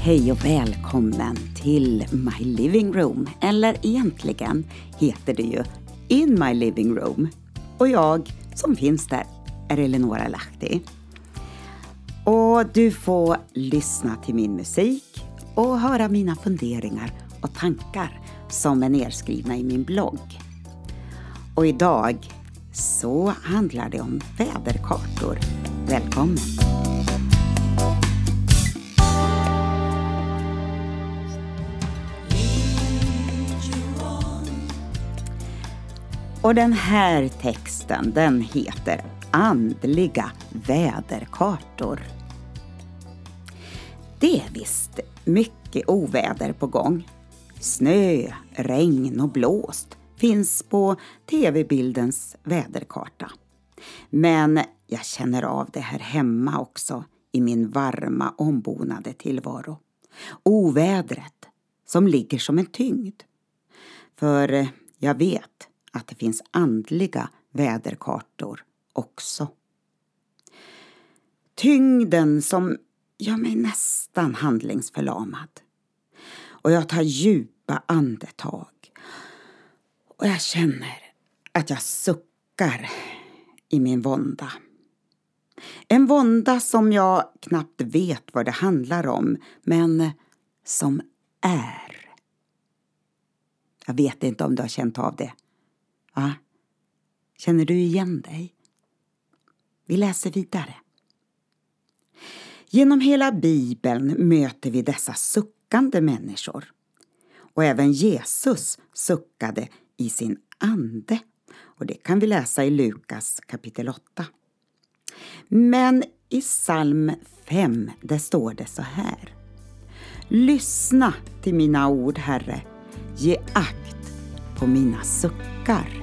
Hej och välkommen till My Living Room, eller egentligen heter det ju In My Living Room. Och jag som finns där är Eleonora Lahti. Och du får lyssna till min musik och höra mina funderingar och tankar som är nedskrivna i min blogg. Och idag så handlar det om väderkartor. Välkommen! Och den här texten, den heter Andliga väderkartor. Det är visst mycket oväder på gång. Snö, regn och blåst finns på tv-bildens väderkarta. Men jag känner av det här hemma också i min varma ombonade tillvaro. Ovädret som ligger som en tyngd. För jag vet att det finns andliga väderkartor också. Tyngden som gör mig nästan handlingsförlamad. Och jag tar djupa andetag. Och jag känner att jag suckar i min vånda. En vånda som jag knappt vet vad det handlar om, men som är. Jag vet inte om du har känt av det. Va? Känner du igen dig? Vi läser vidare. Genom hela Bibeln möter vi dessa suckande människor. Och även Jesus suckade i sin ande. Och det kan vi läsa i Lukas kapitel 8. Men i psalm 5 där står det så här. Lyssna till mina ord, Herre. Ge akt på mina suckar.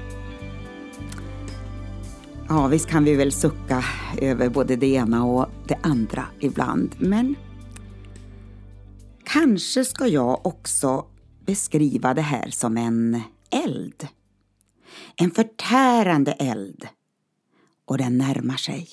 Ja, visst kan vi väl sucka över både det ena och det andra ibland. Men kanske ska jag också beskriva det här som en eld. En förtärande eld. Och den närmar sig.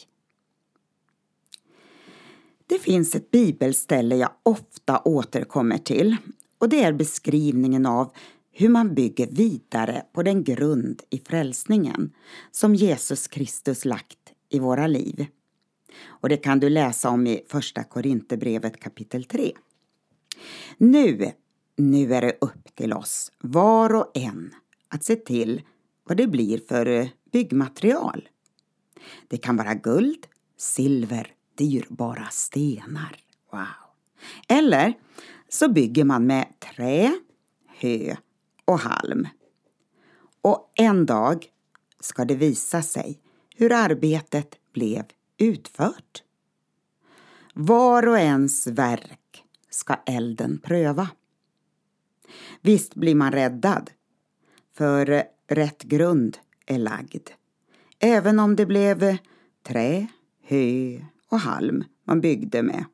Det finns ett bibelställe jag ofta återkommer till. Och det är beskrivningen av hur man bygger vidare på den grund i frälsningen som Jesus Kristus lagt i våra liv. Och det kan du läsa om i första Korinthierbrevet kapitel 3. Nu är det upp till oss, var och en, att se till vad det blir för byggmaterial. Det kan vara guld, silver, dyrbara stenar. Wow! Eller så bygger man med trä, hö och halm. Och en dag ska det visa sig hur arbetet blev utfört. Var och ens verk ska elden pröva. Visst blir man räddad, för rätt grund är lagd. Även om det blev trä, hö och halm man byggde med.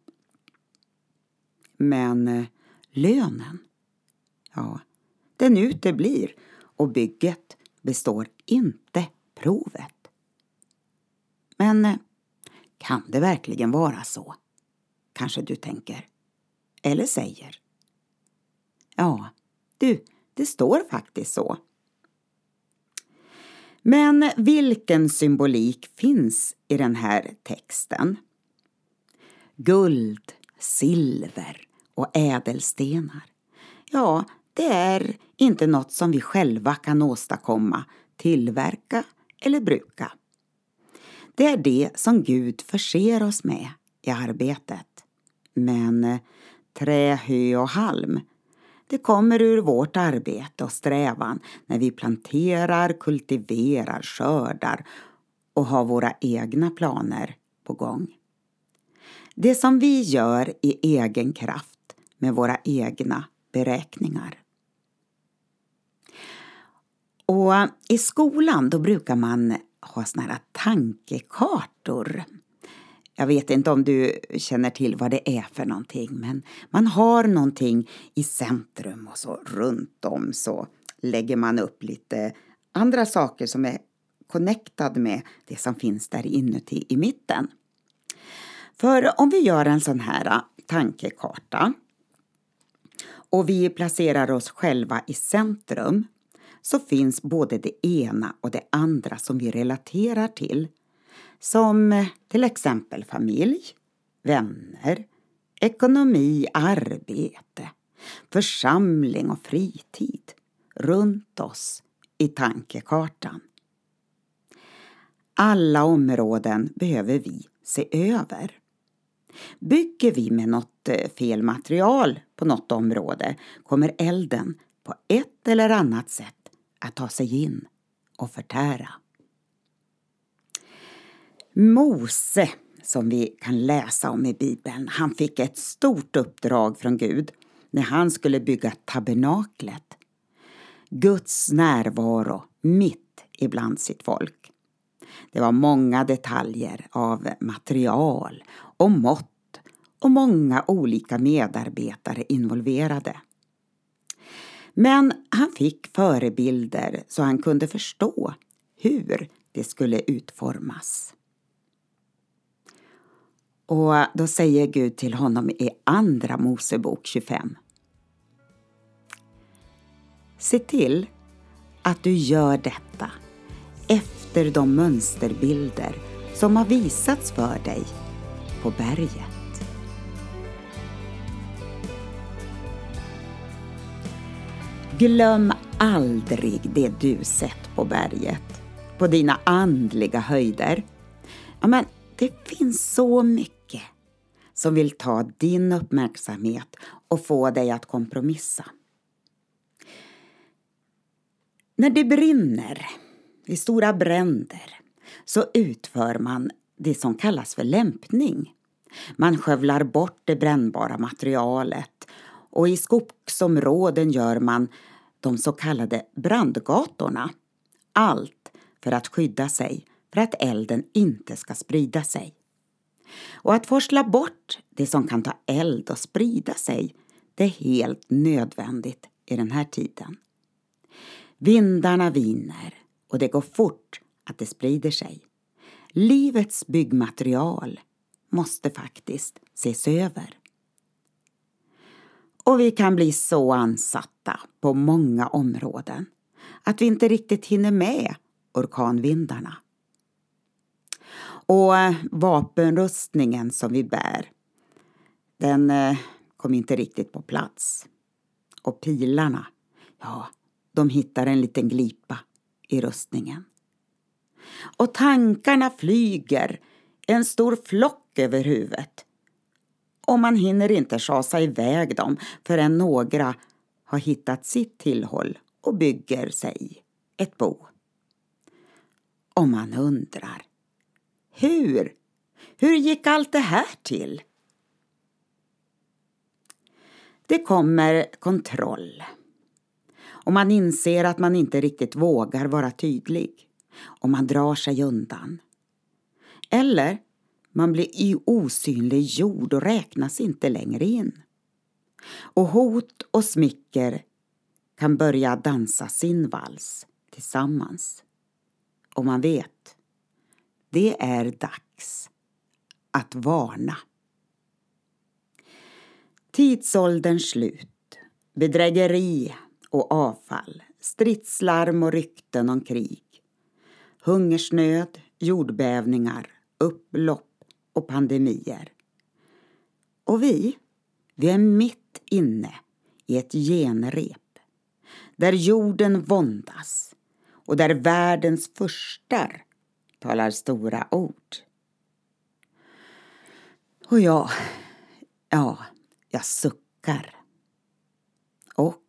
Men lönen, ja, den uteblir och bygget består inte provet. Men kan det verkligen vara så? Kanske du tänker. Eller säger. Ja, det står faktiskt så. Men vilken symbolik finns i den här texten? Guld, silver och ädelstenar. Ja, det är inte något som vi själva kan åstadkomma, tillverka eller bruka. Det är det som Gud förser oss med i arbetet. Men trä, hö och halm, det kommer ur vårt arbete och strävan när vi planterar, kultiverar, skördar och har våra egna planer på gång. Det som vi gör i egen kraft med våra egna beräkningar. Och i skolan då brukar man ha såna här tankekartor. Jag vet inte om du känner till vad det är för någonting, men man har någonting i centrum och så runt om så lägger man upp lite andra saker som är connectad med det som finns där inuti i mitten. För om vi gör en sån här tankekarta och vi placerar oss själva i centrum, så finns både det ena och det andra som vi relaterar till, som till exempel familj, vänner, ekonomi, arbete, församling och fritid runt oss i tankekartan. Alla områden behöver vi se över. Bygger vi med något fel material på något område kommer elden på ett eller annat sätt att ta sig in och förtära. Mose, som vi kan läsa om i Bibeln, han fick ett stort uppdrag från Gud när han skulle bygga tabernaklet. Guds närvaro mitt ibland sitt folk. Det var många detaljer av material och mått och många olika medarbetare involverade. Men han fick förebilder så han kunde förstå hur det skulle utformas. Och då säger Gud till honom i Andra Mosebok 25. Se till att du gör detta efter de mönsterbilder som har visats för dig på berget. Glöm aldrig det du sett på berget, på dina andliga höjder. Ja, men det finns så mycket som vill ta din uppmärksamhet och få dig att kompromissa. När det brinner i stora bränder så utför man det som kallas för lämpning. Man skövlar bort det brännbara materialet och i skogsområden gör man de så kallade brandgatorna. Allt för att skydda sig, för att elden inte ska sprida sig. Och att forsla bort det som kan ta eld och sprida sig, det är helt nödvändigt i den här tiden. Vindarna viner och det går fort att det sprider sig. Livets byggmaterial måste faktiskt ses över. Och vi kan bli så ansatta på många områden att vi inte riktigt hinner med orkanvindarna. Och vapenrustningen som vi bär, den kom inte riktigt på plats. Och pilarna, ja, de hittar en liten glipa i rustningen. Och tankarna flyger en stor flock över huvudet. Och man hinner inte schasa iväg dem förrän några har hittat sitt tillhåll och bygger sig ett bo. Och man undrar, hur gick allt det här till? Det kommer kontroll. Och man inser att man inte riktigt vågar vara tydlig. Och man drar sig undan. Eller man blir i osynlig jord och räknas inte längre in. Och hot och smicker kan börja dansa sin vals tillsammans. Och man vet, det är dags att varna. Tidsålderns slut, bedrägeri och avfall, stridslarm och rykten om krig, hungersnöd, jordbävningar, upplopp och pandemier. Och vi är mitt inne i ett genrep där jorden våndas och där världens furstar talar stora ord. Och jag suckar. Och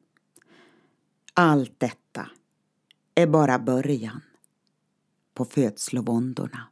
allt detta är bara början på födslovåndorna.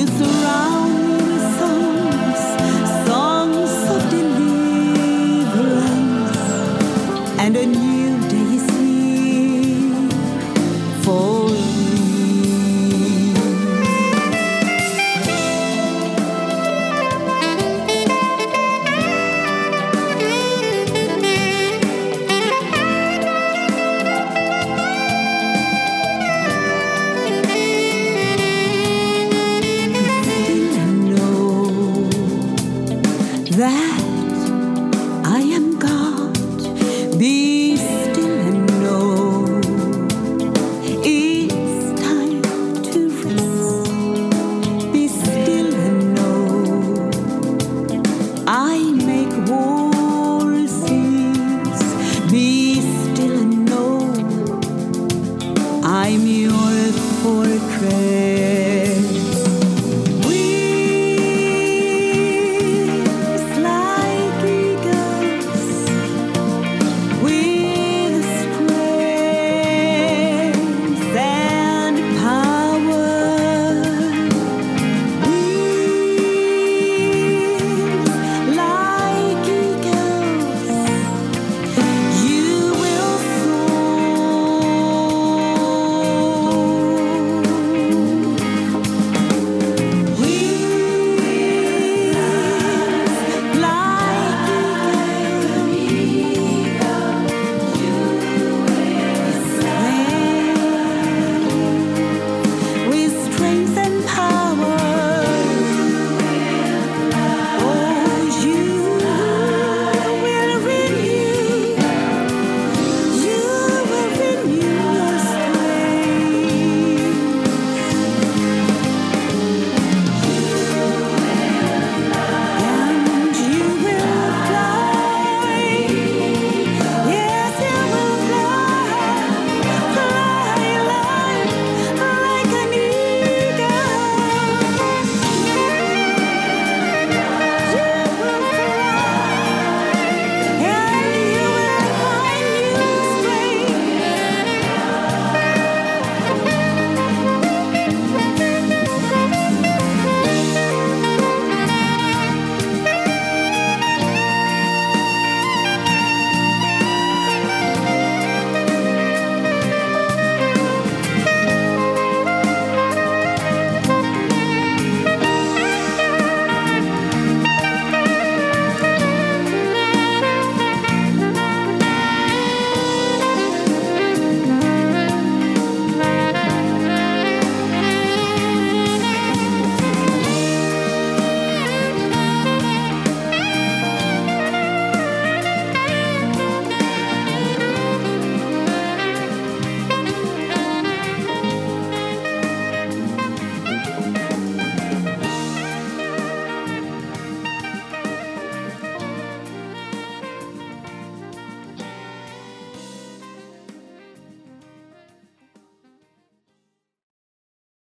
It's a